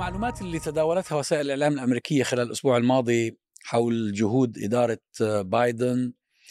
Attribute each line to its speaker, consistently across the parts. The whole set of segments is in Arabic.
Speaker 1: المعلومات اللي تداولتها وسائل الإعلام الأمريكية خلال الأسبوع الماضي حول جهود إدارة بايدن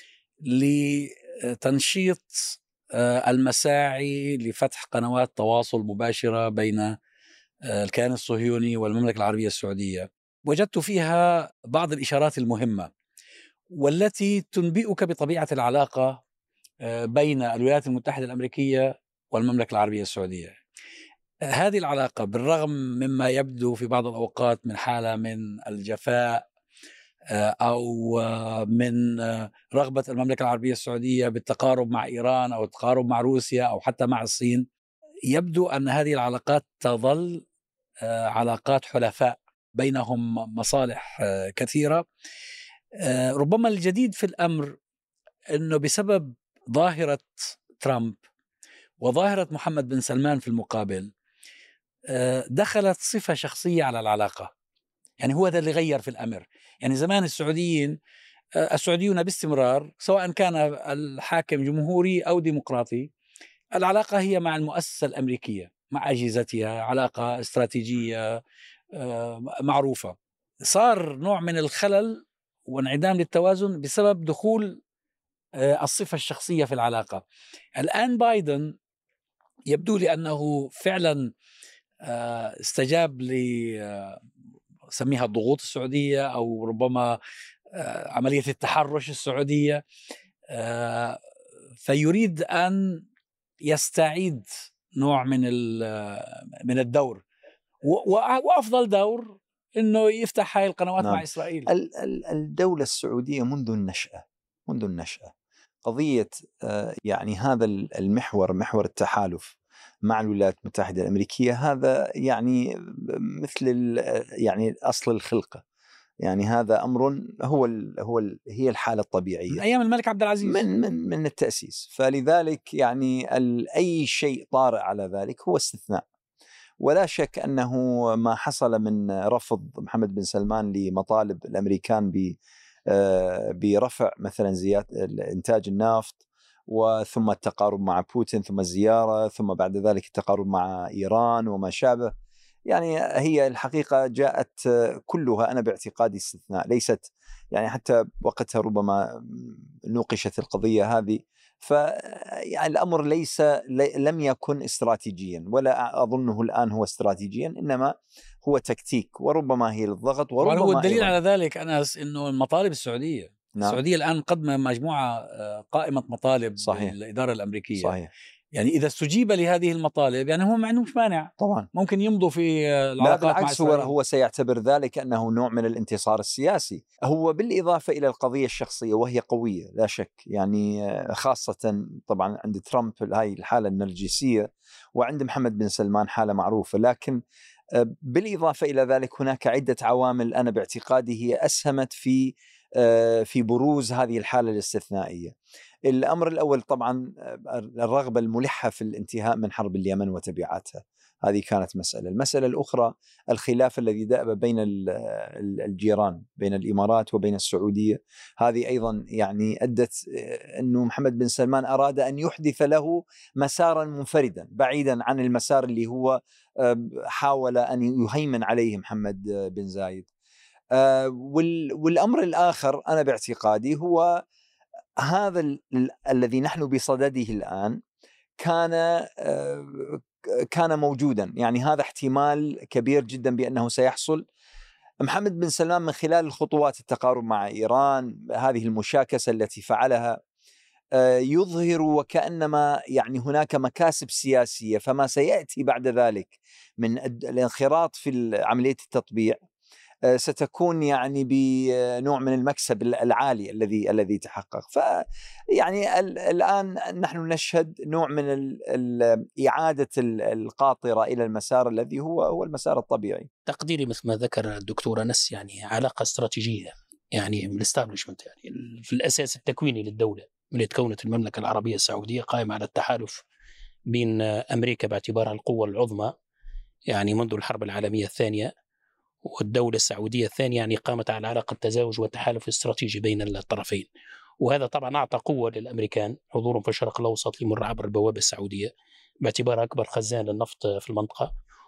Speaker 1: لتنشيط المساعي لفتح قنوات تواصل مباشرة بين الكيان الصهيوني والمملكة العربية السعودية، وجدت فيها بعض الإشارات المهمة والتي تنبئك بطبيعة العلاقة بين الولايات المتحدة الأمريكية والمملكة العربية السعودية. هذه العلاقة بالرغم مما يبدو في بعض الأوقات من حالة من الجفاء أو من رغبة المملكة العربية السعودية بالتقارب مع إيران أو التقارب مع روسيا أو حتى مع الصين، يبدو أن هذه العلاقات تظل علاقات حلفاء بينهم مصالح كثيرة. ربما الجديد في الأمر أنه بسبب ظاهرة ترامب وظاهرة محمد بن سلمان في المقابل دخلت صفة شخصية على العلاقة. يعني هو ذا اللي غير في الأمر. يعني زمان السعوديون باستمرار سواء كان الحاكم جمهوري أو ديمقراطي، العلاقة هي مع المؤسسة الأمريكية مع أجهزتها، علاقة استراتيجية معروفة. صار نوع من الخلل وانعدام للتوازن بسبب دخول الصفة الشخصية في العلاقة. الآن بايدن يبدو لي أنه فعلا استجاب سميها الضغوط السعودية أو ربما عملية التحرش السعودية، فيريد أن يستعيد نوع من الدور، وأفضل دور أنه يفتح هاي القنوات
Speaker 2: نعم.
Speaker 1: مع إسرائيل.
Speaker 2: الدولة السعودية منذ النشأة قضية يعني هذا المحور، محور التحالف مع الولايات المتحدة الأمريكية، هذا يعني مثل يعني أصل الخلقة. يعني هذا أمر هي الحالة الطبيعية
Speaker 1: من أيام الملك عبد العزيز،
Speaker 2: من التأسيس. فلذلك يعني أي شيء طارئ على ذلك هو استثناء. ولا شك أنه ما حصل من رفض محمد بن سلمان لمطالب الأمريكان برفع مثلا زيادة إنتاج النفط، وثم التقارب مع بوتين، ثم الزيارة، ثم بعد ذلك التقارب مع إيران وما شابه. يعني هي الحقيقة جاءت كلها أنا باعتقادي استثناء، ليست يعني حتى وقتها ربما نوقشت القضية هذه. فيعني الأمر لم يكن استراتيجيا، ولا أظنه الآن هو استراتيجيا، إنما هو تكتيك، وربما هي للضغط، وربما
Speaker 1: هو الدليل
Speaker 2: أيضاً
Speaker 1: على ذلك أنس أنه المطالب السعودية
Speaker 2: نعم.
Speaker 1: السعودية الآن مقدمة مجموعة قائمة مطالب
Speaker 2: صحيح.
Speaker 1: بالإدارة الأمريكية.
Speaker 2: صحيح.
Speaker 1: يعني إذا استجيب لهذه المطالب يعني هم ما عندهمش مانع،
Speaker 2: طبعا
Speaker 1: ممكن يمضوا في
Speaker 2: لا
Speaker 1: العلاقات مع
Speaker 2: بالعكس،
Speaker 1: إسرائيل.
Speaker 2: هو سيعتبر ذلك أنه نوع من الانتصار السياسي. هو بالإضافة إلى القضية الشخصية وهي قوية لا شك، يعني خاصة طبعا عند ترامب هاي الحالة النرجسية، وعند محمد بن سلمان حالة معروفة. لكن بالإضافة إلى ذلك هناك عدة عوامل أنا باعتقادي هي أسهمت في بروز هذه الحالة الاستثنائية. الأمر الأول طبعا الرغبة الملحة في الانتهاء من حرب اليمن وتبعاتها، هذه كانت مسألة. المسألة الأخرى الخلاف الذي دأب بين الجيران، بين الإمارات وبين السعودية، هذه أيضا يعني أدت أنه محمد بن سلمان أراد أن يحدث له مسارا منفردا بعيدا عن المسار اللي هو حاول أن يهيمن عليه محمد بن زايد. والأمر الآخر أنا باعتقادي هو هذا الذي نحن بصدده الآن كان موجودا، يعني هذا احتمال كبير جدا بأنه سيحصل. محمد بن سلمان من خلال الخطوات التقارب مع إيران، هذه المشاكسة التي فعلها، يظهر وكأنما يعني هناك مكاسب سياسية، فما سيأتي بعد ذلك من الانخراط في عملية التطبيع ستكون يعني بنوع من المكسب العالي الذي تحقق. فيعني الآن نحن نشهد نوع من إعادة القاطرة إلى المسار الذي هو المسار الطبيعي.
Speaker 3: تقديري مثل ما ذكر الدكتور أنس، يعني علاقة استراتيجية، يعني من الاستابلشمنت، يعني في الأساس التكويني للدولة، من تكونت المملكة العربية السعودية قائمة على التحالف بين أمريكا باعتبارها القوة العظمى يعني منذ الحرب العالمية الثانية، والدولة السعودية الثانية يعني قامت على علاقة تزاوج وتحالف استراتيجي بين الطرفين. وهذا طبعا أعطى قوة للأمريكان، حضورهم في الشرق الأوسط يمر عبر البوابة السعودية باعتبارها أكبر خزان للنفط في المنطقة،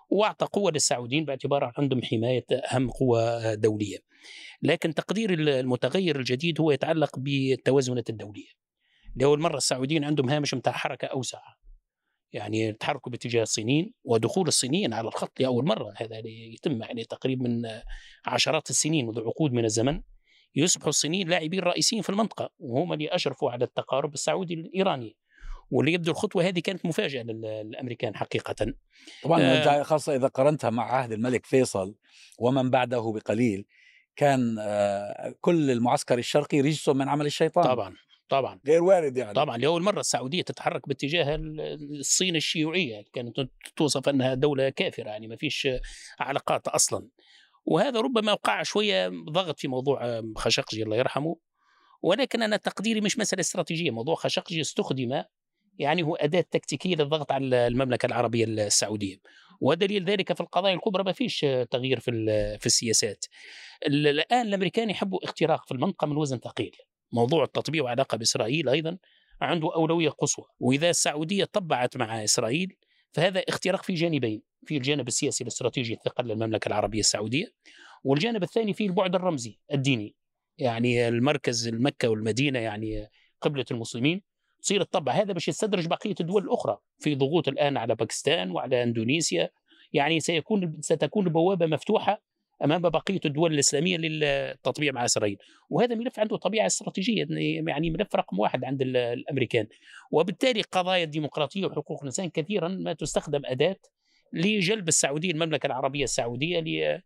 Speaker 3: وأعطى قوة للسعوديين باعتبار عندهم حماية أهم قوة دولية. لكن تقدير المتغير الجديد هو يتعلق بالتوازنات الدولية. لأول مرة السعوديين عندهم هامش متاع حركة أوسع، يعني تحركوا باتجاه الصينيين ودخول الصينيين على الخط لأول مرة. هذا يتم يعني تقريبا من عشرات السنين، منذ عقود من الزمن يصبحوا الصينيين لاعبين رئيسيين في المنطقة، وهم اللي أشرفوا على التقارب السعودي الإيراني. واللي يبدو الخطوة هذه كانت مفاجأة للأمريكان حقيقة.
Speaker 1: طبعا خاصة إذا قارنتها مع عهد الملك فيصل ومن بعده بقليل، كان كل المعسكر الشرقي رجس من عمل الشيطان.
Speaker 3: طبعا
Speaker 1: غير وارد يعني.
Speaker 3: طبعا لأول مرة السعودية تتحرك باتجاه الصين الشيوعية، كانت توصف أنها دولة كافرة، يعني ما فيش علاقات أصلا. وهذا ربما وقع شوية ضغط في موضوع خاشقجي الله يرحمه، ولكن أنا تقديري مش مسألة استراتيجية. موضوع خاشقجي استخدم يعني هو أداة تكتيكية للضغط على المملكة العربية السعودية، ودليل ذلك في القضايا الكبرى ما فيش تغيير في السياسات. الآن الأمريكان يحبوا اختراق في المنطقة من وزن ثقيل. موضوع التطبيع وعلاقة بإسرائيل أيضا عنده أولوية قصوى، وإذا السعودية طبعت مع إسرائيل فهذا اختراق في جانبين: في الجانب السياسي الاستراتيجي الثقل للمملكة العربية السعودية، والجانب الثاني في البعد الرمزي الديني. يعني المركز مكة والمدينة يعني قبلة المسلمين، تصير الطبع هذا باش يستدرج بقية الدول الأخرى. في ضغوط الآن على باكستان وعلى إندونيسيا، يعني ستكون البوابة مفتوحة أمام بقية الدول الإسلامية للتطبيع مع إسرائيل. وهذا ملف عنده طبيعة استراتيجية، يعني ملف رقم واحد عند الأمريكان. وبالتالي قضايا الديمقراطية وحقوق الإنسان كثيرا ما تستخدم أداة لجلب السعودية، المملكة العربية السعودية،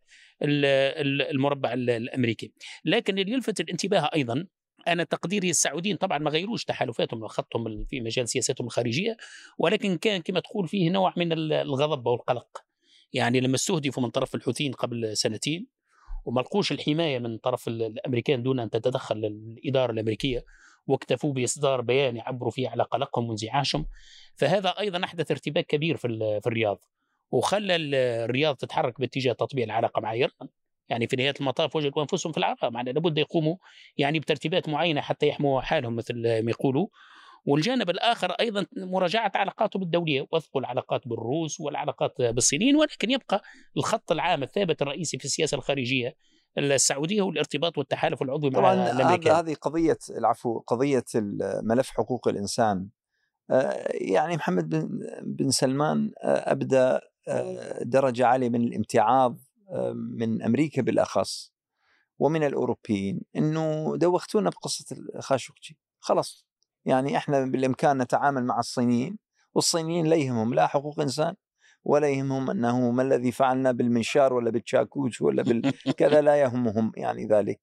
Speaker 3: للمربع الأمريكي. لكن اللي يلفت الانتباه أيضا، أنا تقديري السعوديين طبعا ما غيروش تحالفاتهم وخطهم في مجال سياستهم الخارجية، ولكن كان كما تقول فيه نوع من الغضب والقلق. يعني لما استهدفوا من طرف الحوثيين قبل سنتين وما لقوش الحماية من طرف الأمريكان دون أن تتدخل الإدارة الأمريكية، واكتفوا بإصدار بيان يعبروا فيه على قلقهم وانزعاجهم، فهذا أيضا أحدث ارتباك كبير في الرياض، وخلى الرياض تتحرك باتجاه تطبيع العلاقة مع إيران. يعني في نهاية المطاف وجدوا أنفسهم في العراق، معنى لابد يقوموا يعني بترتيبات معينة حتى يحموا حالهم مثل ما يقولوا. والجانب الآخر أيضا مراجعة علاقاتهم الدولية، وثقوا العلاقات بالروس والعلاقات بالصينيين، ولكن يبقى الخط العام الثابت الرئيسي في السياسة الخارجية السعودية هو الارتباط والتحالف العضوي مع الأمريكان.
Speaker 2: هذه قضية ملف حقوق الإنسان. يعني محمد بن سلمان أبدى درجة عالية من الامتعاض من أمريكا بالأخص ومن الأوروبيين، إنه دوختونا بقصة الخاشقجي. خلاص يعني إحنا بالإمكان نتعامل مع الصينيين، والصينيين لا يهمهم لا حقوق إنسان ولا يهمهم أنه ما الذي فعلنا بالمنشار ولا بالشاكوش ولا بالكذا، لا يهمهم يعني ذلك.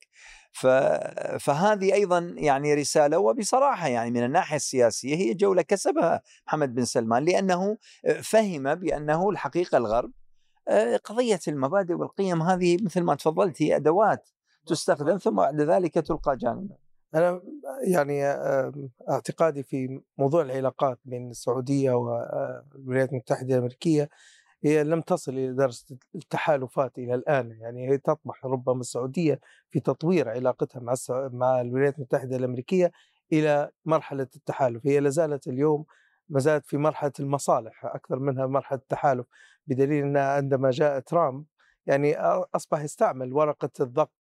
Speaker 2: فهذه أيضا يعني رسالة، وبصراحة يعني من الناحية السياسية هي جولة كسبها محمد بن سلمان، لأنه فهم بأنه الحقيقة الغرب قضية المبادئ والقيم هذه مثل ما تفضلت هي أدوات تستخدم ثم بعد ذلك تلقى جانبا.
Speaker 4: أنا يعني اعتقادي في موضوع العلاقات بين السعودية والولايات المتحدة الأمريكية هي لم تصل إلى درجة التحالفات إلى الآن. يعني هي تطمح ربما السعودية في تطوير علاقتها مع الولايات المتحدة الأمريكية إلى مرحلة التحالف. هي لازالت اليوم ما زالت في مرحلة المصالح أكثر منها مرحلة التحالف، بدليل أن عندما جاء ترامب يعني أصبح يستعمل ورقة الضغط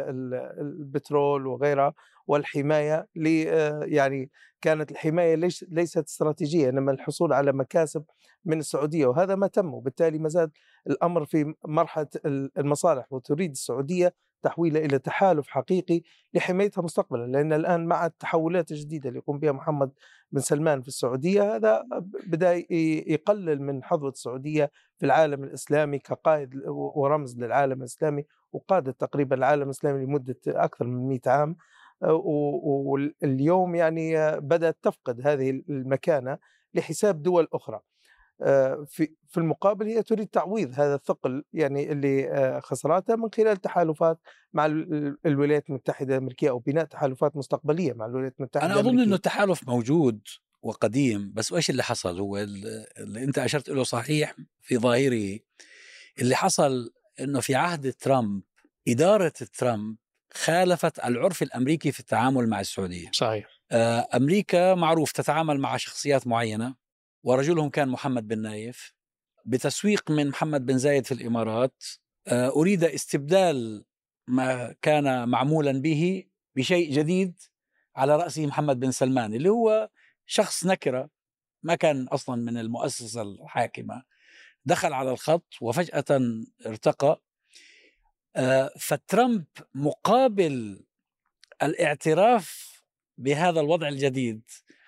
Speaker 4: البترول وغيرها والحماية يعني كانت الحماية ليست استراتيجية، إنما الحصول على مكاسب من السعودية، وهذا ما تم. وبالتالي ما زال الأمر في مرحلة المصالح، وتريد السعودية تحويله إلى تحالف حقيقي لحمايتها مستقبلا. لأن الآن مع التحولات الجديدة اللي يقوم بها محمد بن سلمان في السعودية، هذا بدأ يقلل من حظوة السعودية في العالم الإسلامي كقائد ورمز للعالم الإسلامي، وقادت تقريبا العالم الإسلامي لمدة أكثر من 100 عام. واليوم يعني بدأت تفقد هذه المكانة لحساب دول أخرى. في المقابل هي تريد تعويض هذا الثقل يعني اللي خسرته من خلال تحالفات مع الولايات المتحدة الأمريكية، أو بناء تحالفات مستقبلية مع الولايات المتحدة
Speaker 1: أنا
Speaker 4: الأمريكية.
Speaker 1: أظن أنه التحالف موجود وقديم، بس إيش اللي حصل هو اللي أنت أشرت له صحيح في ظاهره. اللي حصل أنه في عهد ترامب إدارة ترامب خالفت العرف الأمريكي في التعامل مع السعودية.
Speaker 3: صحيح.
Speaker 1: أمريكا معروف تتعامل مع شخصيات معينة، ورجلهم كان محمد بن نايف، بتسويق من محمد بن زايد في الإمارات أريد استبدال ما كان معمولا به بشيء جديد على رأسه محمد بن سلمان، اللي هو شخص نكرة ما كان أصلا من المؤسسة الحاكمة، دخل على الخط وفجأة ارتقى. فترامب مقابل الاعتراف بهذا الوضع الجديد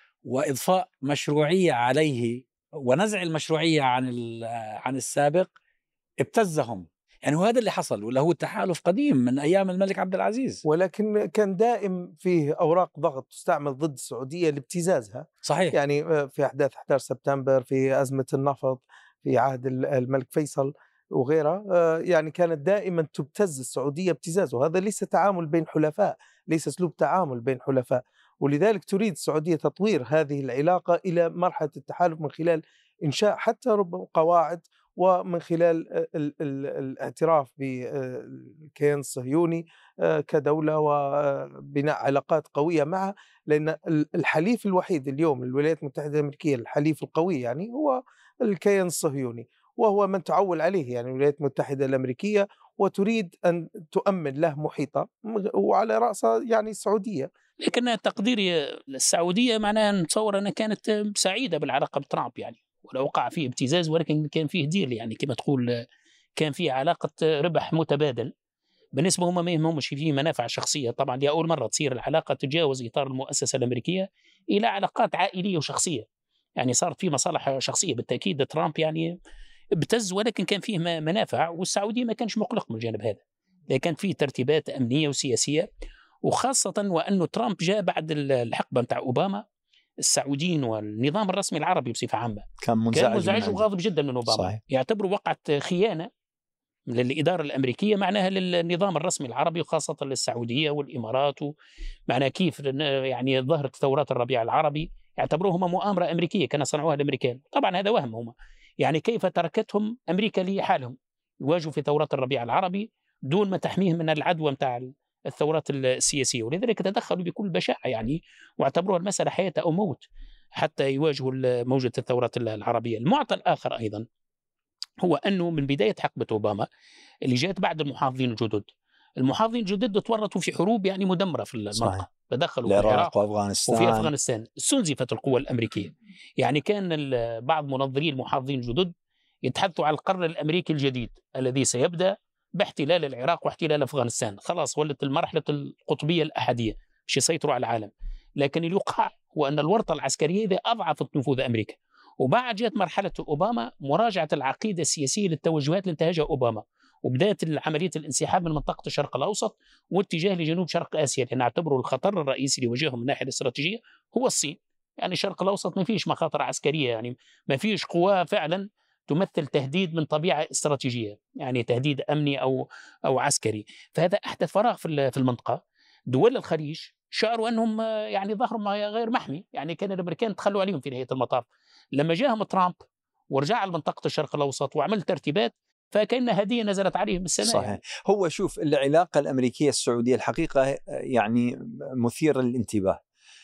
Speaker 1: وإضفاء مشروعية عليه ونزع المشروعية عن السابق ابتزهم. يعني وهذا اللي حصل، ولا هو التحالف قديم من أيام الملك عبد العزيز،
Speaker 4: ولكن كان دائم فيه أوراق ضغط تستعمل ضد السعودية لابتزازها.
Speaker 1: صحيح.
Speaker 4: يعني في أحداث 11 سبتمبر، في أزمة النفط في عهد الملك فيصل وغيرها، يعني كانت دائما تبتز السعودية ابتزاز، وهذا ليس تعامل بين حلفاء، ليس أسلوب تعامل بين حلفاء. ولذلك تريد السعودية تطوير هذه العلاقة إلى مرحلة التحالف من خلال إنشاء حتى ربما قواعد، ومن خلال الاعتراف بالكيان الصهيوني كدولة وبناء علاقات قوية معه. لأن الحليف الوحيد اليوم للولايات المتحدة الأمريكية، الحليف القوي يعني، هو الكيان الصهيوني، وهو من تعول عليه يعني الولايات المتحدة الأمريكية، وتريد أن تؤمن له محيطة، وعلى رأسها يعني السعودية.
Speaker 3: لكن تقديري السعودية معناها نتصور أنها كانت سعيدة بالعلاقة بترامب، يعني ولو وقع فيه ابتزاز ولكن كان فيه ديل، يعني كما تقول كان فيه علاقة ربح متبادل. بالنسبة هم ما يهمهمش فيه منافع شخصية. طبعا دي أول مرة تصير العلاقة تتجاوز إطار المؤسسة الأمريكية إلى علاقات عائلية وشخصية، يعني صارت فيه مصالح شخصية. بالتأكيد ترامب يعني ابتز، ولكن كان فيه منافع، والسعودية ما كانش مقلق من الجانب هذا، لكن كان فيه ترتيبات أمنية وسياسية. وخاصة وأنه ترامب جاء بعد الحقبة متاع أوباما. السعوديين والنظام الرسمي العربي بصفة عامة
Speaker 2: كان
Speaker 3: منزعج وغاضب جدا من أوباما.
Speaker 2: صحيح.
Speaker 3: يعتبروا وقعت خيانة للإدارة الأمريكية معناها للنظام الرسمي العربي، وخاصة للسعودية والإمارات. معناها كيف يعني ظهرت ثورات الربيع العربي يعتبروهم مؤامرة أمريكية كان صنعوها الأمريكان. طبعا هذا وهم هم، يعني كيف تركتهم أمريكا لحالهم يواجهوا في ثورات الربيع العربي دون ما تحميهم من العدوى متاع الثورات السياسية. ولذلك تدخلوا بكل بشاعة يعني، واعتبروها المسألة حياة أو موت حتى يواجهوا موجة الثورات العربية. المعطى الآخر أيضا هو أنه من بداية حقبة أوباما اللي جاءت بعد المحافظين الجدد، المحافظين الجدد تورطوا في حروب يعني مدمرة في المنطقة، تدخلوا في العراق وفي أفغانستان، استنزفت القوى الأمريكية. يعني كان بعض منظري المحافظين الجدد يتحدثوا عن القرن الأمريكي الجديد الذي سيبدأ باحتلال العراق واحتلال أفغانستان. خلاص ولت المرحلة القطبية الأحدية مش يسيطروا على العالم. لكن الواقع هو أن الورطة العسكرية إذا أضعفت نفوذ أمريكا. وبعد جاءت مرحلة أوباما مراجعة العقيدة السياسية للتوجهات اللي انتهجها أوباما، وبداية عملية الانسحاب من منطقة الشرق الأوسط واتجاه لجنوب شرق آسيا، لأن اعتبروا الخطر الرئيسي اللي يواجههم من الناحية الاستراتيجية هو الصين. يعني الشرق الأوسط ما فيش مخاطر عسكرية، يعني ما فيش قوى فعلا تمثل تهديد من طبيعة استراتيجية، يعني تهديد أمني أو عسكري. فهذا أحدث فراغ في المنطقة. دول الخليج شعروا أنهم يعني ظهرهم غير محمي، يعني كان الأمريكان تخلوا عليهم في نهاية المطاف. لما جاءهم ترامب ورجع لمنطقة الشرق الأوسط وعمل ترتيبات، فكأن هدية نزلت عليهم من السماء.
Speaker 2: صحيح. يعني هو شوف العلاقة الأمريكية السعودية الحقيقة يعني مثيرة للانتباه.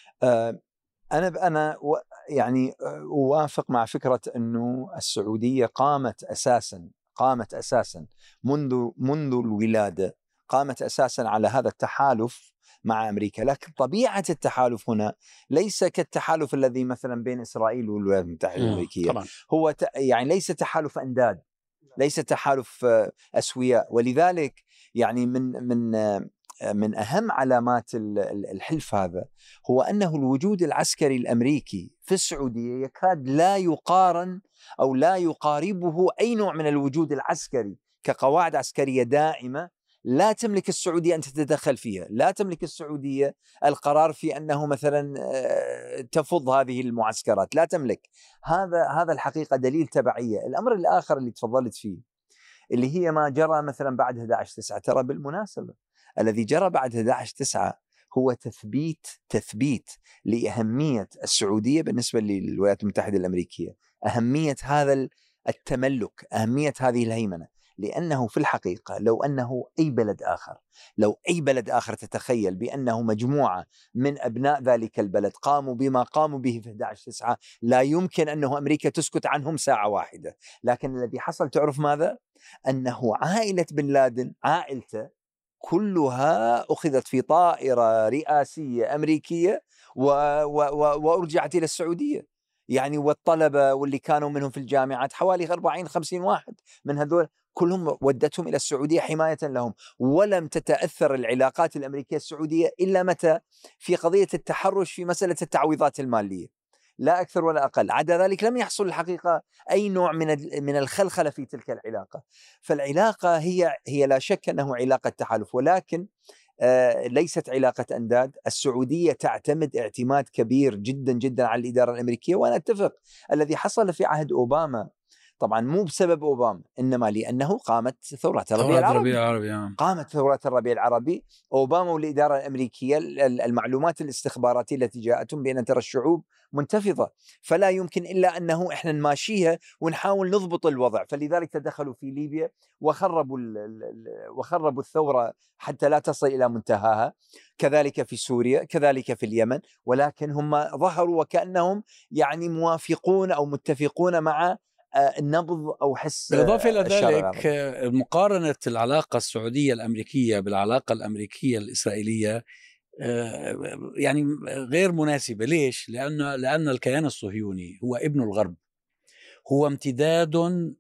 Speaker 2: أنا يعني أوافق مع فكرة أنه السعودية قامت أساسا منذ الولادة، قامت أساسا على هذا التحالف مع أمريكا. لكن طبيعة التحالف هنا ليس كالتحالف الذي مثلا بين إسرائيل والولايات المتحدة الأمريكية.
Speaker 3: طبعا.
Speaker 2: هو يعني ليس تحالف أنداد، ليس تحالف أسوياء. ولذلك يعني من أهم علامات الحلف هذا هو أنه الوجود العسكري الأمريكي في السعودية يكاد لا يقارن أو لا يقاربه أي نوع من الوجود العسكري كقواعد عسكرية دائمة. لا تملك السعودية أن تتدخل فيها، لا تملك السعودية القرار في أنه مثلا تفض هذه المعسكرات، لا تملك. هذا الحقيقة دليل تبعية. الأمر الآخر اللي تفضلت فيه اللي هي ما جرى مثلا بعد 11/9. ترى بالمناسبة الذي جرى بعد 11/9 هو تثبيت لأهمية السعودية بالنسبة للولايات المتحدة الأمريكية، أهمية هذا التملك، أهمية هذه الهيمنة. لأنه في الحقيقة لو أنه لو أي بلد آخر تتخيل بأنه مجموعة من أبناء ذلك البلد قاموا بما قاموا به في 11/9، لا يمكن أنه أمريكا تسكت عنهم ساعة واحدة. لكن الذي حصل تعرف ماذا؟ أنه عائلة بن لادن، عائلته كلها أخذت في طائرة رئاسية أمريكية وأرجعت إلى السعودية. يعني والطلبة واللي كانوا منهم في الجامعات حوالي 40-50 واحد من هذول كلهم ودتهم إلى السعودية حماية لهم. ولم تتأثر العلاقات الأمريكية السعودية إلا متى؟ في قضية التحرش في مسألة التعويضات المالية، لا أكثر ولا أقل. عدا ذلك لم يحصل الحقيقة أي نوع من الخلخلة في تلك العلاقة. فالعلاقة هي لا شك أنه علاقة تحالف، ولكن ليست علاقة أنداد. السعودية تعتمد اعتماد كبير جدا جدا على الإدارة الأمريكية، وأنا أتفق الذي حصل في عهد أوباما طبعا مو بسبب أوباما، إنما لأنه قامت ثورة الربيع العربي. قامت ثورة الربيع العربي. أوباما والإدارة الأمريكية المعلومات الاستخباراتية التي جاءتهم بأن ترى الشعوب منتفضة، فلا يمكن إلا أنه إحنا نماشيها ونحاول نضبط الوضع. فلذلك تدخلوا في ليبيا وخربوا الثورة حتى لا تصل إلى منتهاها، كذلك في سوريا، كذلك في اليمن. ولكن هم ظهروا وكأنهم يعني موافقون أو متفقون مع النبض أو حس.
Speaker 1: بالإضافة إلى ذلك مقارنة العلاقة السعودية الأمريكية بالعلاقة الأمريكية الإسرائيلية يعني غير مناسبة. ليش؟ لأن الكيان الصهيوني هو ابن الغرب، هو امتداد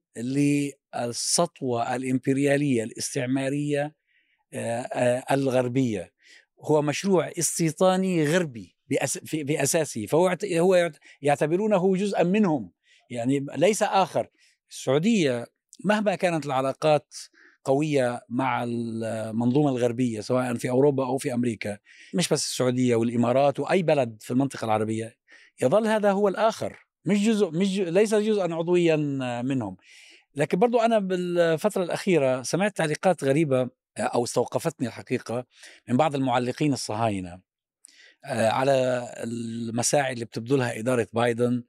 Speaker 1: للسطوة الإمبريالية الاستعمارية الغربية. هو مشروع استيطاني غربي بأساسه، فهو يعتبرونه جزءا منهم، يعني ليس آخر. السعودية مهما كانت العلاقات قوية مع المنظومة الغربية سواء في أوروبا أو في أمريكا، مش بس السعودية والإمارات وأي بلد في المنطقة العربية، يظل هذا هو الآخر، ليس جزءا عضويا منهم. لكن برضو أنا بالفترة الأخيرة سمعت تعليقات غريبة أو استوقفتني الحقيقة من بعض المعلقين الصهاينة على المساعي اللي بتبذلها إدارة بايدن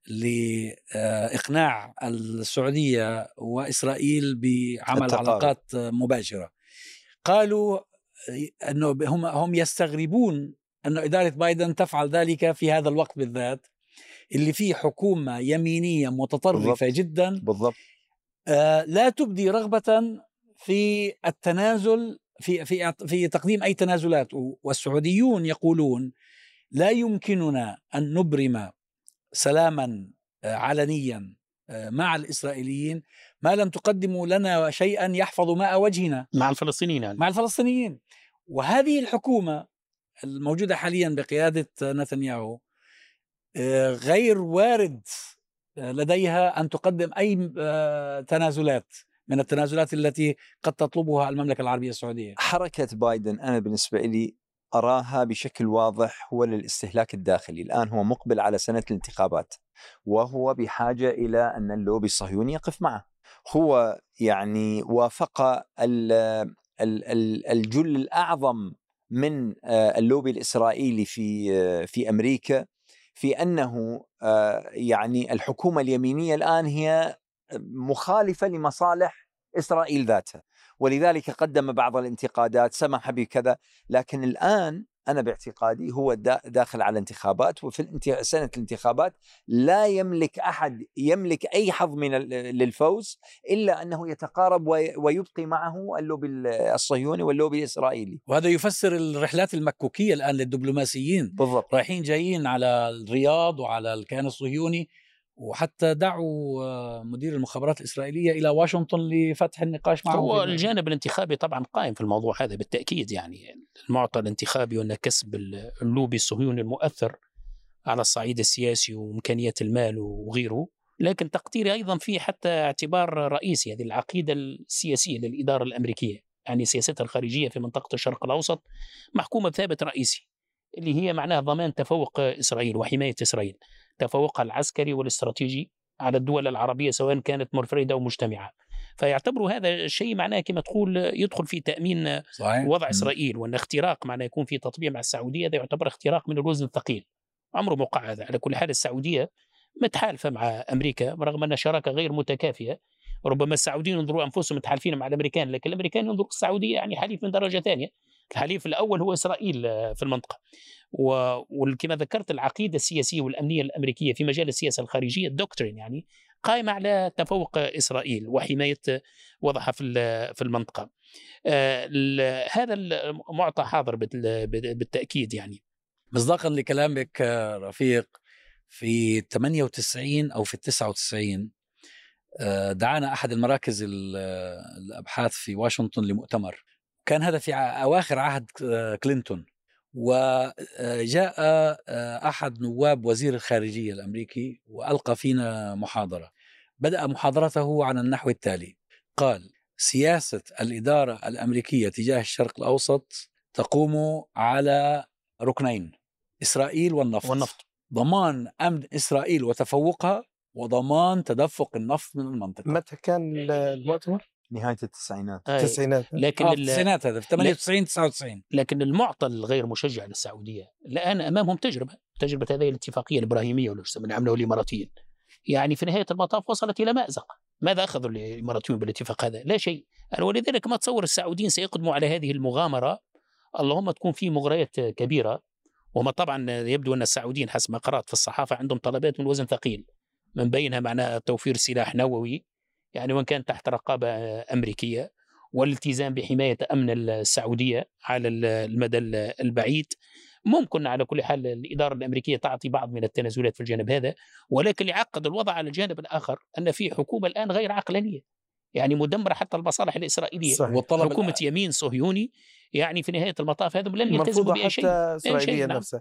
Speaker 1: لإقناع السعودية وإسرائيل بعمل علاقات مباشرة. قالوا أنه هم يستغربون أن إدارة بايدن تفعل ذلك في هذا الوقت بالذات اللي فيه حكومة يمينية متطرفة جدا
Speaker 2: بالضبط.
Speaker 1: لا تبدي رغبة في التنازل في تقديم أي تنازلات. والسعوديون يقولون لا يمكننا أن نبرم سلاما علنيا مع الإسرائيليين ما لم تقدموا لنا شيئا يحفظ ماء وجهنا
Speaker 3: مع الفلسطينيين يعني.
Speaker 1: مع الفلسطينيين. وهذه الحكومة الموجودة حاليا بقيادة نتنياهو غير وارد لديها أن تقدم أي تنازلات من التنازلات التي قد تطلبها المملكة العربية السعودية.
Speaker 2: حركة بايدن أنا بالنسبة لي أراها بشكل واضح هو للاستهلاك الداخلي. الآن هو مقبل على سنة الانتخابات، وهو بحاجة إلى أن اللوبي الصهيوني يقف معه. هو يعني وافق الجل الأعظم من اللوبي الإسرائيلي في أمريكا في أنه يعني الحكومة اليمينية الآن هي مخالفة لمصالح إسرائيل ذاتها، ولذلك قدم بعض الانتقادات، سمح بكذا. لكن الآن أنا باعتقادي هو داخل على انتخابات، وفي سنة الانتخابات لا يملك أحد أي حظ للفوز إلا أنه يتقارب ويبقي معه اللوبي الصهيوني واللوبي الإسرائيلي.
Speaker 1: وهذا يفسر الرحلات المكوكية الآن للدبلوماسيين
Speaker 2: بالضبط.
Speaker 1: رايحين جايين على الرياض وعلى الكيان الصهيوني، وحتى دعوا مدير المخابرات الإسرائيلية إلى واشنطن لفتح النقاش معه.
Speaker 3: هو الجانب الانتخابي طبعا قائم في الموضوع هذا بالتأكيد، يعني المعطى الانتخابي وأن كسب اللوبي الصهيوني المؤثر على الصعيد السياسي وإمكانية المال وغيره. لكن تقديري أيضا في حتى اعتبار رئيسي هذه العقيدة السياسية للإدارة الأمريكية، يعني سياستها الخارجية في منطقة الشرق الأوسط محكومة بثابت رئيسي اللي هي معناها ضمان تفوق إسرائيل وحماية إسرائيل، تفوقها العسكري والاستراتيجي على الدول العربية سواء كانت منفردة أو مجتمعة. فيعتبروا هذا الشيء معناه كما تقول يدخل في تأمين صحيح. وضع إسرائيل، وأن اختراق معناه يكون في تطبيع مع السعودية، هذا يعتبر اختراق من الوزن الثقيل عمره مقعد. على كل حال السعودية متحالفة مع أمريكا رغم أن شراكة غير متكافئة، ربما السعوديين ينظروا أنفسهم متحالفين مع الأمريكان، لكن الأمريكان ينظروا السعودية يعني حليف من درجة ثانية. الحليف الأول هو إسرائيل في المنطقة. وكما ذكرت العقيدة السياسية والأمنية الأمريكية في مجال السياسة الخارجية الدكتورين يعني قائمة على تفوق إسرائيل وحماية وضعها في المنطقة. هذا المعطى حاضر بالتأكيد يعني.
Speaker 1: مصداقا لكلامك رفيق، في 98 أو في 99 دعانا أحد المراكز الأبحاث في واشنطن لمؤتمر، كان هذا في أواخر عهد كلينتون، وجاء أحد نواب وزير الخارجية الأمريكي وألقى فينا محاضرة. بدأ محاضرته على النحو التالي: قال: سياسة الإدارة الأمريكية تجاه الشرق الأوسط تقوم على ركنين: إسرائيل والنفط. ضمان أمن إسرائيل وتفوقها، وضمان تدفق النفط من المنطقة.
Speaker 4: متى كان المؤتمر؟
Speaker 2: نهاية التسعينات.
Speaker 4: التسعينات.
Speaker 3: لكن
Speaker 1: التسعينات، هذا في 98 99.
Speaker 3: لكن المعطى الغير مشجع للسعودية الآن أمامهم تجربة هذه الاتفاقية الإبراهيمية ولا اللي عملوا الإماراتيين، يعني في نهاية المطاف وصلت إلى مأزق. ماذا أخذوا الإماراتيون بالاتفاق هذا؟ لا شيء. ولذلك ما تصور السعوديين سيقدموا على هذه المغامرة، اللهم تكون في مغريات كبيرة. وما طبعا يبدو أن السعوديين حسب ما قرأت في الصحافة عندهم طلبات من وزن ثقيل، من بينها معناها توفير سلاح نووي يعني وإن كان تحت رقابة أمريكية، والالتزام بحماية أمن السعودية على المدى البعيد. ممكن على كل حال الإدارة الأمريكية تعطي بعض من التنازلات في الجانب هذا، ولكن يعقد الوضع على الجانب الآخر أن في حكومة الآن غير عقلانية، يعني مدمرة حتى المصالح الإسرائيلية. حكومة يمين صهيوني يعني في نهاية المطاف هذا لن يلتزموا بأي شيء.
Speaker 4: مرفوضة حتى إسرائيليا نفسها.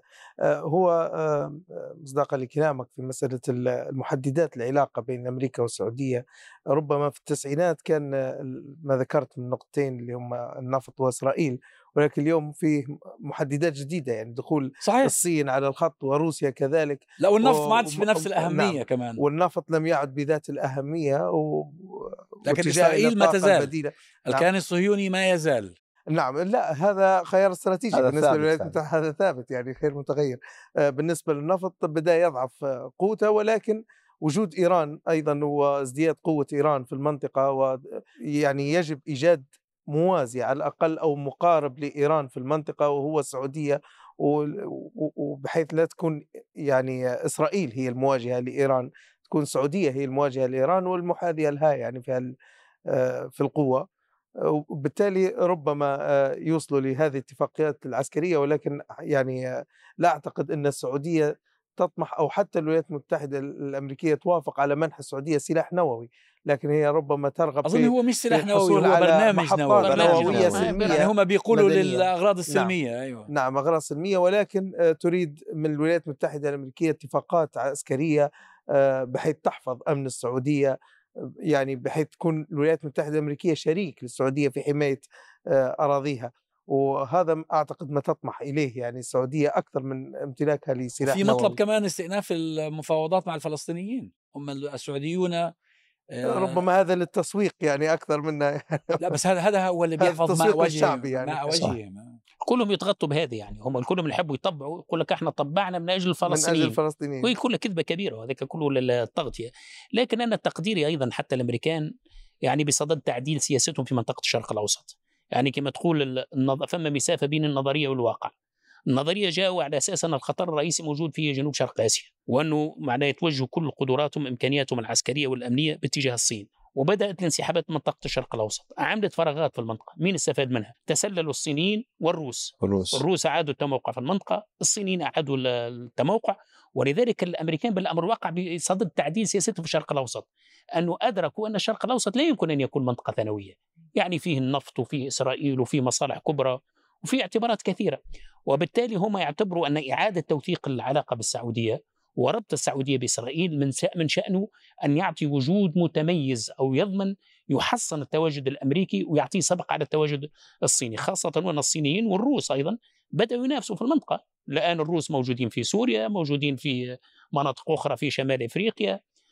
Speaker 4: هو مصداقا لكلامك في مسألة المحددات العلاقة بين أمريكا والسعودية، ربما في التسعينات كان ما ذكرت من نقطتين اللي هم النفط وإسرائيل، ولكن اليوم فيه محددات جديدة، يعني دخول
Speaker 1: صحيح.
Speaker 4: الصين على الخط وروسيا كذلك.
Speaker 1: لا، والنفط ما عادش بنفس الأهمية. نعم. كمان
Speaker 4: والنفط لم يعد بذات الأهمية
Speaker 1: لكن إسرائيل ما تزال. الكيان الصهيوني ما يزال.
Speaker 4: نعم، لا هذا خيار استراتيجي بالنسبة للولايات المتحدة، هذا ثابت يعني خير متغير. بالنسبة للنفط بدأ يضعف قوته، ولكن وجود إيران أيضا وازدياد قوة إيران في المنطقة، ويعني يجب إيجاد موازي على الأقل أو مقارب لإيران في المنطقة وهو السعودية، وبحيث لا تكون يعني إسرائيل هي المواجهة لإيران، تكون السعودية هي المواجهة لإيران والمحاذية لها يعني في القوة. وبالتالي ربما يوصلوا لهذه الاتفاقيات العسكرية، ولكن يعني لا أعتقد أن السعودية تطمح أو حتى الولايات المتحدة الأمريكية توافق على منح السعودية سلاح نووي، لكن هي ربما ترغب
Speaker 1: أظن هو مش سلاح نووي، هو برنامج
Speaker 4: نووية سلمية.
Speaker 1: يعني هم بيقولوا للأغراض السلمية.
Speaker 4: نعم.
Speaker 1: أيوة.
Speaker 4: نعم، أغراض سلمية، ولكن تريد من الولايات المتحدة الأمريكية اتفاقات عسكرية بحيث تحفظ أمن السعودية، يعني بحيث تكون الولايات المتحدة الأمريكية شريك للسعودية في حماية أراضيها، وهذا أعتقد ما تطمح إليه يعني السعودية أكثر من امتلاكها لسلاح
Speaker 1: نووي.
Speaker 4: نووي.
Speaker 1: في مطلب كمان استئناف المفاوضات مع الفلسطينيين، هم السعوديون
Speaker 4: ربما هذا للتسويق يعني أكثر منا.
Speaker 1: لا بس هذا هو اللي بيحفظ ماء وجههم يعني. ماء وجههم
Speaker 3: كلهم يتغطوا بهذا، يعني هم كلهم اللي يحبوا يطبعوا يقول لك احنا طبعنا من أجل الفلسطينيين، وهي كلها كذبة كبيرة، وهذا كله للتغطية. لكن أنا تقديري أيضا حتى الأمريكان يعني بصدد تعديل سياستهم في منطقة الشرق الأوسط، يعني كما تقول فما مسافة بين النظرية والواقع. النظرية جاءوا على أساس أن الخطر الرئيسي موجود في جنوب شرق آسيا، وأنه معناه يتوجه كل قدراتهم إمكانياتهم العسكرية والأمنية باتجاه الصين، وبدأت الانسحابات من منطقة الشرق الأوسط، عملت فراغات في المنطقة. مين استفاد منها؟ تسللوا الصينيين والروس. الروس أعادوا التموقع في المنطقة، الصينيين أعادوا التموقع، ولذلك الأمريكان بالأمر الواقع بصدد تعديل سياستهم في الشرق الأوسط، أنه أدركوا أن الشرق الأوسط لا يمكن أن يكون منطقة ثانوية، يعني فيه النفط وفيه إسرائيل وفيه مصالح كبرى وفي اعتبارات كثيرة، وبالتالي هم يعتبروا أن إعادة توثيق العلاقة بالسعودية وربط السعودية بإسرائيل من شأنه أن يعطي وجود متميز أو يضمن يحصن التواجد الأمريكي ويعطيه سبق على التواجد الصيني، خاصة وأن الصينيين والروس أيضا بدأوا ينافسوا في المنطقة. الآن الروس موجودين في سوريا، موجودين في مناطق أخرى في شمال إفريقيا،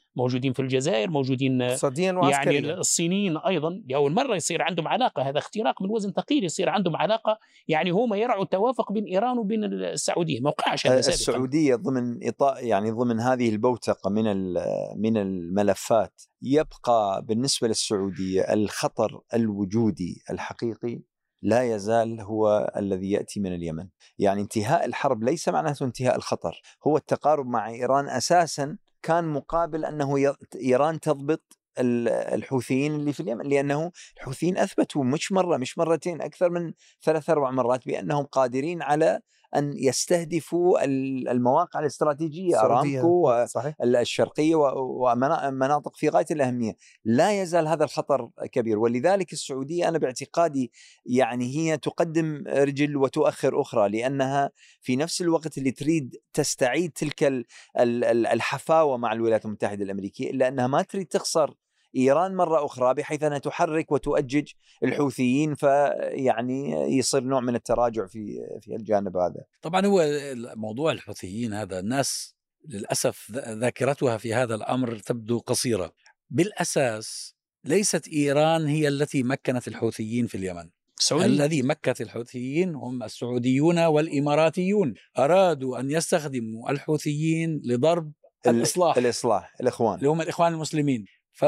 Speaker 3: موجودين في الجزائر، موجودين
Speaker 4: اقتصاديا
Speaker 3: يعني
Speaker 4: وعسكريا.
Speaker 3: الصينيين أيضا لأول مرة يصير عندهم علاقة، هذا اختراق من وزن ثقيل، يصير عندهم علاقة يعني هم يرعوا توافق بين إيران وبين السعودية، ما وقعش هذا سابقا.
Speaker 2: السعودية ضمن يعني ضمن هذه البوتقة من الملفات، يبقى بالنسبة للسعودية الخطر الوجودي الحقيقي لا يزال هو الذي يأتي من اليمن. يعني انتهاء الحرب ليس معناته انتهاء الخطر، هو التقارب مع إيران أساسا كان مقابل أنه إيران تضبط الحوثيين اللي في اليمن، لأنه الحوثيين أثبتوا مش مرة مش مرتين، أكثر من 3-4 مرات بأنهم قادرين على أن يستهدفوا المواقع الاستراتيجية، أرامكو والشرقية ومناطق في غاية الأهمية. لا يزال هذا الخطر كبير، ولذلك السعودية أنا باعتقادي يعني هي تقدم رجل وتؤخر أخرى، لأنها في نفس الوقت اللي تريد تستعيد تلك الحفاوة مع الولايات المتحدة الأمريكية، إلا أنها ما تريد تخسر إيران مرة أخرى بحيث أنها تحرك وتؤجج الحوثيين، فيعني يصير نوع من التراجع في الجانب هذا.
Speaker 1: طبعا هو موضوع الحوثيين هذا الناس للأسف ذاكرتها في هذا الأمر تبدو قصيرة. بالأساس ليست إيران هي التي مكنت الحوثيين في اليمن، الذي مكت الحوثيين هم السعوديون والإماراتيون، أرادوا أن يستخدموا الحوثيين لضرب الإصلاح
Speaker 2: الإخوان
Speaker 1: اللي هم الإخوان المسلمين،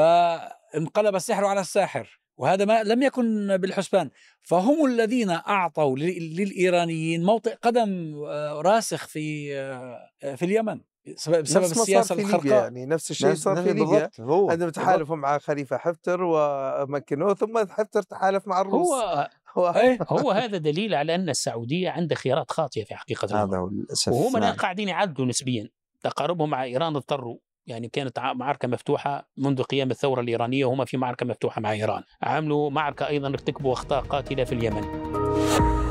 Speaker 1: فانقلب السحر على الساحر، وهذا ما لم يكن بالحسبان. فهم الذين أعطوا للإيرانيين موطئ قدم راسخ في اليمن بسبب السياسة الخرقاء.
Speaker 4: يعني نفس الشيء صار في ليبيا عندما تحالفوا مع خليفة حفتر ومكنوه، ثم حفتر تحالف مع الروس.
Speaker 3: هو هذا دليل على أن السعودية عندها خيارات خاطئة في حقيقة
Speaker 2: هذا
Speaker 3: وهم قاعدين يعدوا نسبيا. تقاربهم مع إيران اضطروا، يعني كانت معركة مفتوحة منذ قيام الثورة الإيرانية، وهم في معركة مفتوحة مع إيران، عملوا معركة أيضا ارتكبوا أخطاء قاتلة في اليمن.